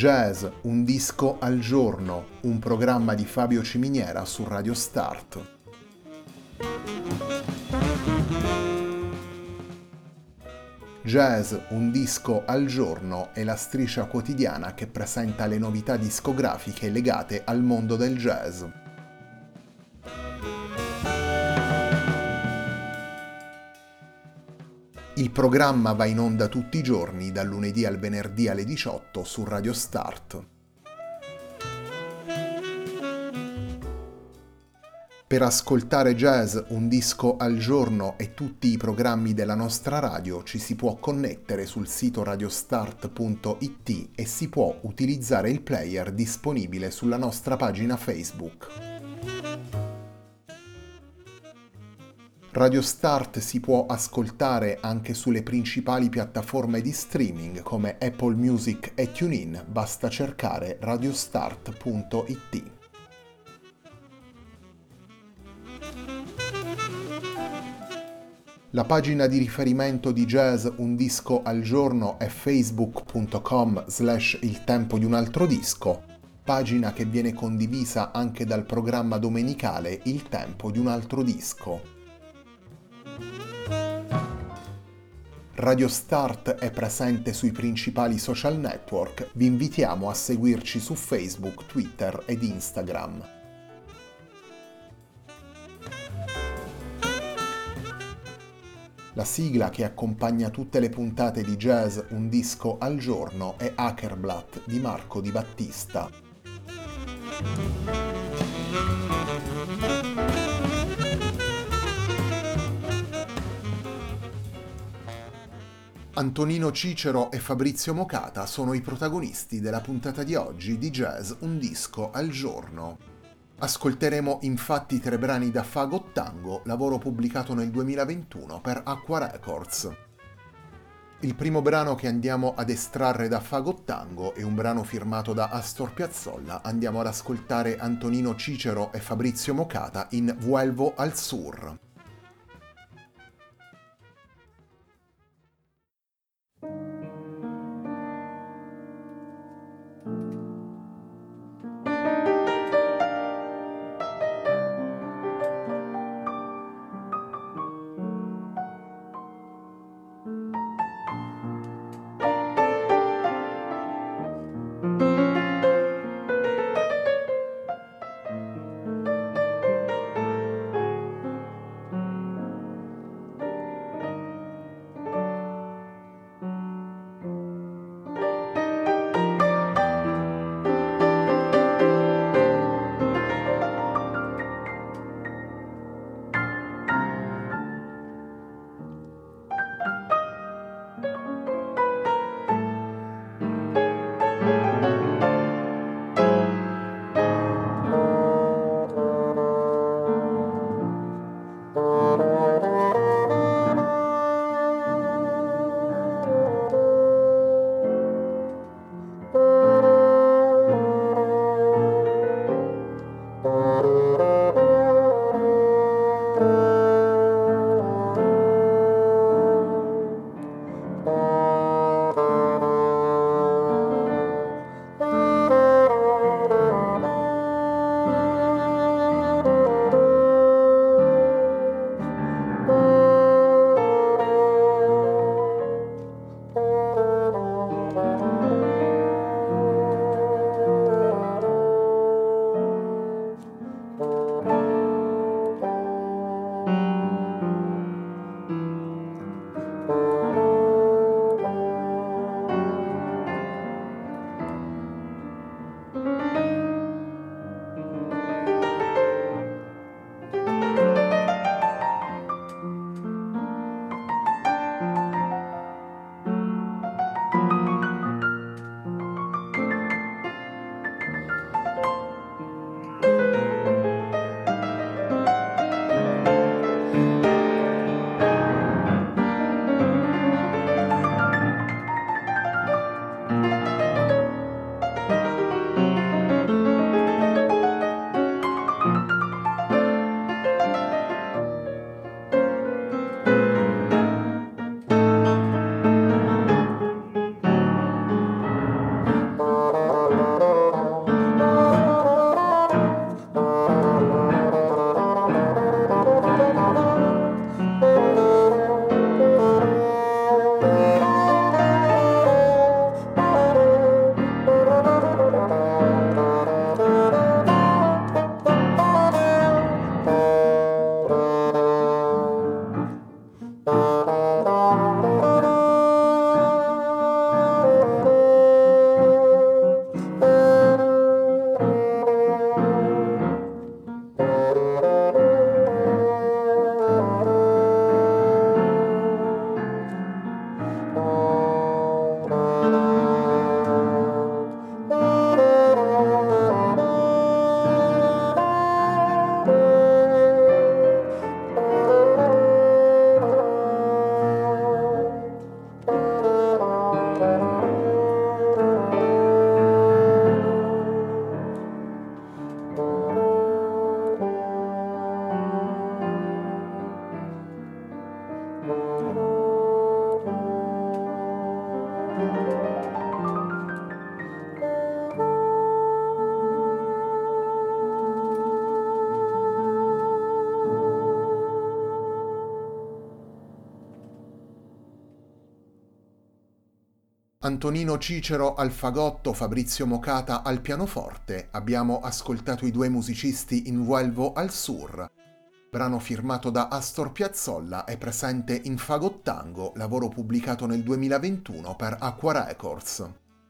Jazz, un disco al giorno, un programma di Fabio Ciminiera su Radio Start. Jazz, un disco al giorno è la striscia quotidiana che presenta le novità discografiche legate al mondo del jazz. Il programma va in onda tutti i giorni, dal lunedì al venerdì alle 18 su Radio Start. Per ascoltare jazz, un disco al giorno e tutti i programmi della nostra radio ci si può connettere sul sito radiostart.it e si può utilizzare il player disponibile sulla nostra pagina Facebook. Radio Start si può ascoltare anche sulle principali piattaforme di streaming come Apple Music e TuneIn, basta cercare radiostart.it. La pagina di riferimento di Jazz Un Disco al Giorno è facebook.com/il tempo di un altro disco, pagina che viene condivisa anche dal programma domenicale Il tempo di un altro disco. Radio Start è presente sui principali social network, vi invitiamo a seguirci su Facebook, Twitter ed Instagram. La sigla che accompagna tutte le puntate di Jazz Un Disco al Giorno è Hackerblatt di Marco Di Battista. Antonino Cicero e Fabrizio Mocata sono i protagonisti della puntata di oggi di Jazz Un Disco al Giorno. Ascolteremo infatti 3 brani da Fagot Tango, lavoro pubblicato nel 2021 per Aqua Records. Il primo brano che andiamo ad estrarre da Fagot Tango è un brano firmato da Astor Piazzolla. Andiamo ad ascoltare Antonino Cicero e Fabrizio Mocata in Vuelvo al Sur. Antonino Cicero al fagotto, Fabrizio Mocata al pianoforte, abbiamo ascoltato i due musicisti in Vuelvo al Sur. Brano firmato da Astor Piazzolla è presente in Fagottango, lavoro pubblicato nel 2021 per Acqua Records.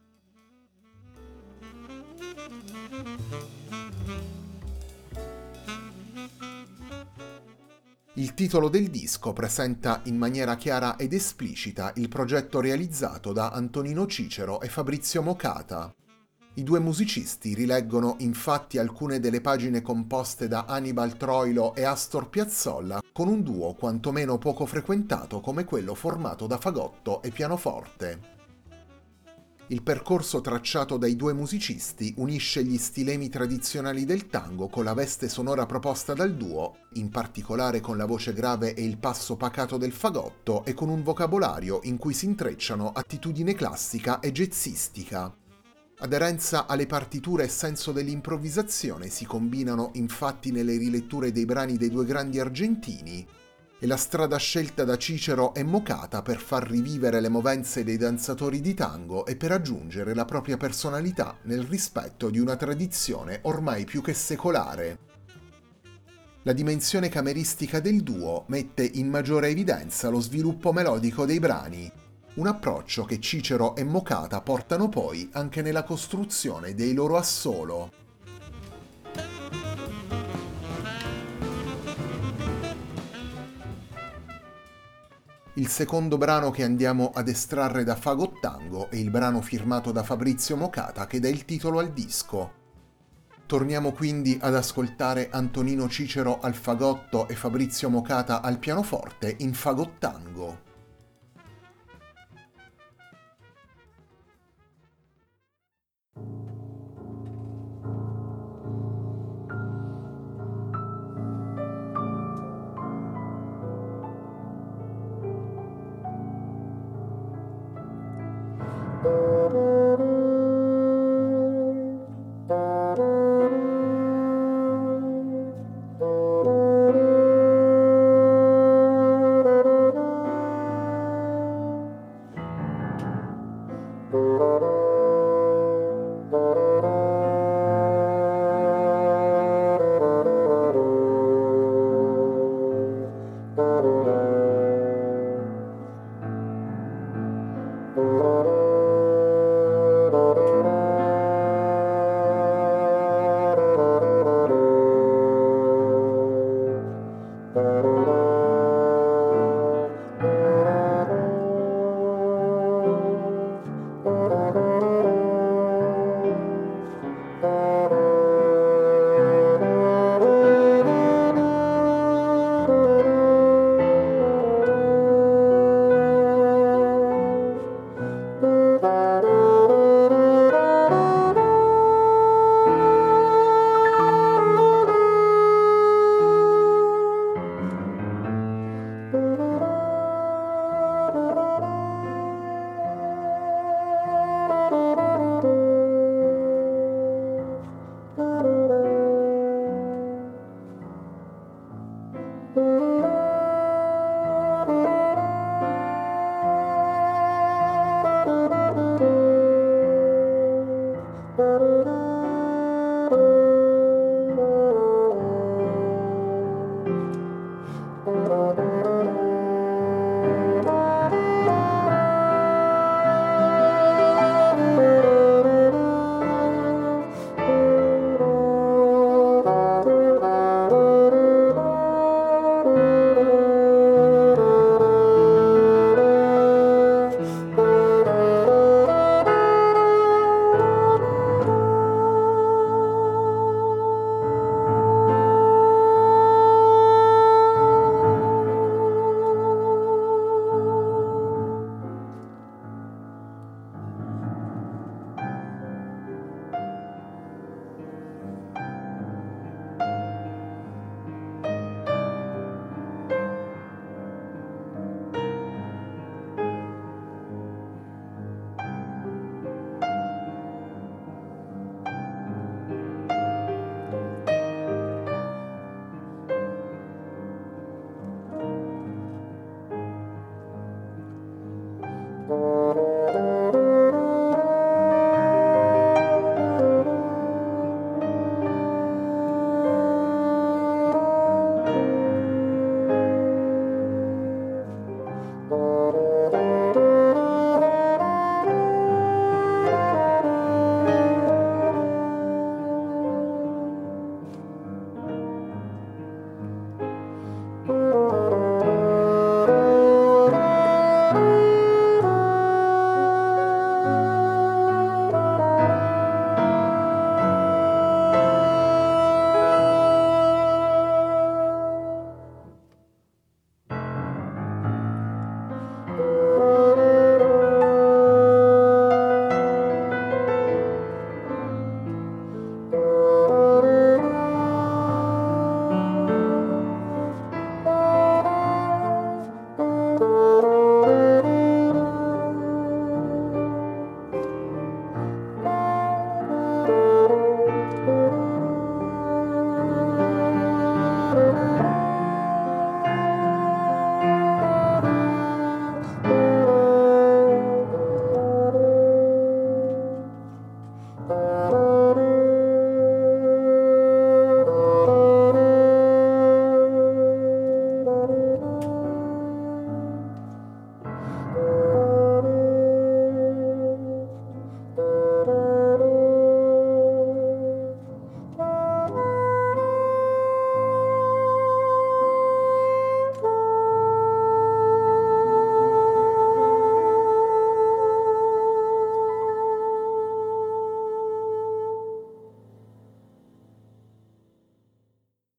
Il titolo del disco presenta in maniera chiara ed esplicita il progetto realizzato da Antonino Cicero e Fabrizio Mocata. I due musicisti rileggono infatti alcune delle pagine composte da Annibal Troilo e Astor Piazzolla con un duo quantomeno poco frequentato come quello formato da fagotto e pianoforte. Il percorso tracciato dai due musicisti unisce gli stilemi tradizionali del tango con la veste sonora proposta dal duo, in particolare con la voce grave e il passo pacato del fagotto e con un vocabolario in cui si intrecciano attitudine classica e jazzistica. Aderenza alle partiture e senso dell'improvvisazione si combinano infatti nelle riletture dei brani dei due grandi argentini, e la strada scelta da Cicero è Mocata per far rivivere le movenze dei danzatori di tango e per aggiungere la propria personalità nel rispetto di una tradizione ormai più che secolare. La dimensione cameristica del duo mette in maggiore evidenza lo sviluppo melodico dei brani, un approccio che Cicero e Mocata portano poi anche nella costruzione dei loro assolo. Il secondo brano che andiamo ad estrarre da Fagottango è il brano firmato da Fabrizio Mocata che dà il titolo al disco. Torniamo quindi ad ascoltare Antonino Cicero al fagotto e Fabrizio Mocata al pianoforte in Fagottango.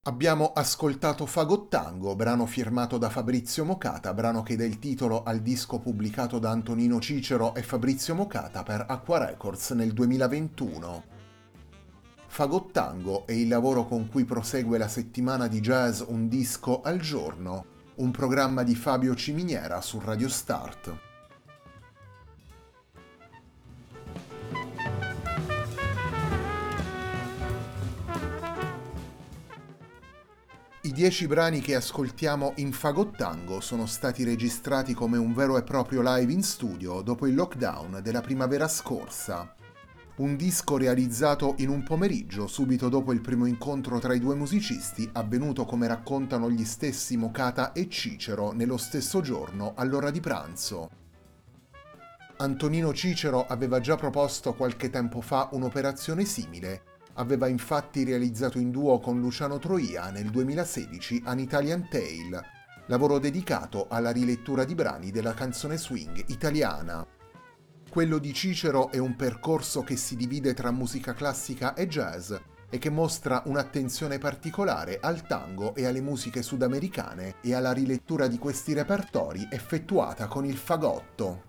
Abbiamo ascoltato Fagottango, brano firmato da Fabrizio Mocata, brano che dà il titolo al disco pubblicato da Antonino Cicero e Fabrizio Mocata per Acqua Records nel 2021. Fagottango è il lavoro con cui prosegue la settimana di jazz Un disco al giorno, un programma di Fabio Ciminiera su Radio Start. I 10 brani che ascoltiamo in Fagottango sono stati registrati come un vero e proprio live in studio dopo il lockdown della primavera scorsa. Un disco realizzato in un pomeriggio subito dopo il primo incontro tra i due musicisti, avvenuto, come raccontano gli stessi Mocata e Cicero, nello stesso giorno all'ora di pranzo. Antonino Cicero aveva già proposto qualche tempo fa un'operazione simile. Aveva infatti realizzato in duo con Luciano Troia nel 2016 An Italian Tale, lavoro dedicato alla rilettura di brani della canzone swing italiana. Quello di Cicero è un percorso che si divide tra musica classica e jazz e che mostra un'attenzione particolare al tango e alle musiche sudamericane e alla rilettura di questi repertori effettuata con il fagotto.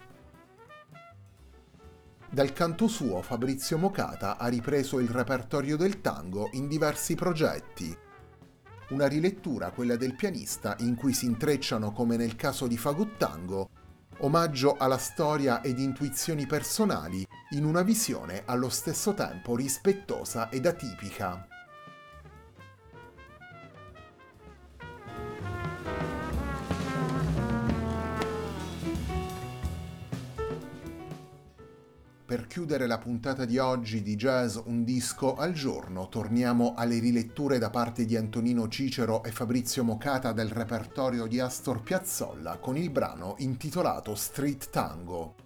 Dal canto suo Fabrizio Mocata ha ripreso il repertorio del tango in diversi progetti. Una rilettura, quella del pianista, in cui si intrecciano, come nel caso di Fagottango, omaggio alla storia ed intuizioni personali in una visione allo stesso tempo rispettosa ed atipica. Per chiudere la puntata di oggi di Jazz Un disco al giorno, torniamo alle riletture da parte di Antonino Cicero e Fabrizio Mocata del repertorio di Astor Piazzolla con il brano intitolato Street Tango.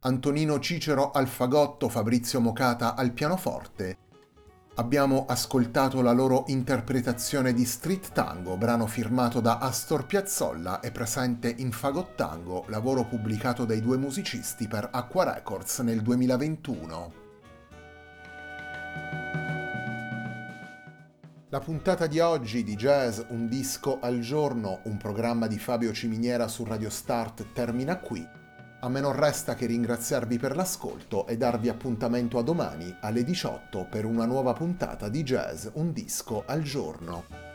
Antonino Cicero al fagotto, Fabrizio Mocata al pianoforte. Abbiamo ascoltato la loro interpretazione di Street Tango, brano firmato da Astor Piazzolla e presente in Fagottango, lavoro pubblicato dai due musicisti per Acqua Records nel 2021. La puntata di oggi di Jazz Un disco al giorno, un programma di Fabio Ciminiera su Radio Start, termina qui. A me non resta che ringraziarvi per l'ascolto e darvi appuntamento a domani alle 18 per una nuova puntata di Jazz Un disco al giorno.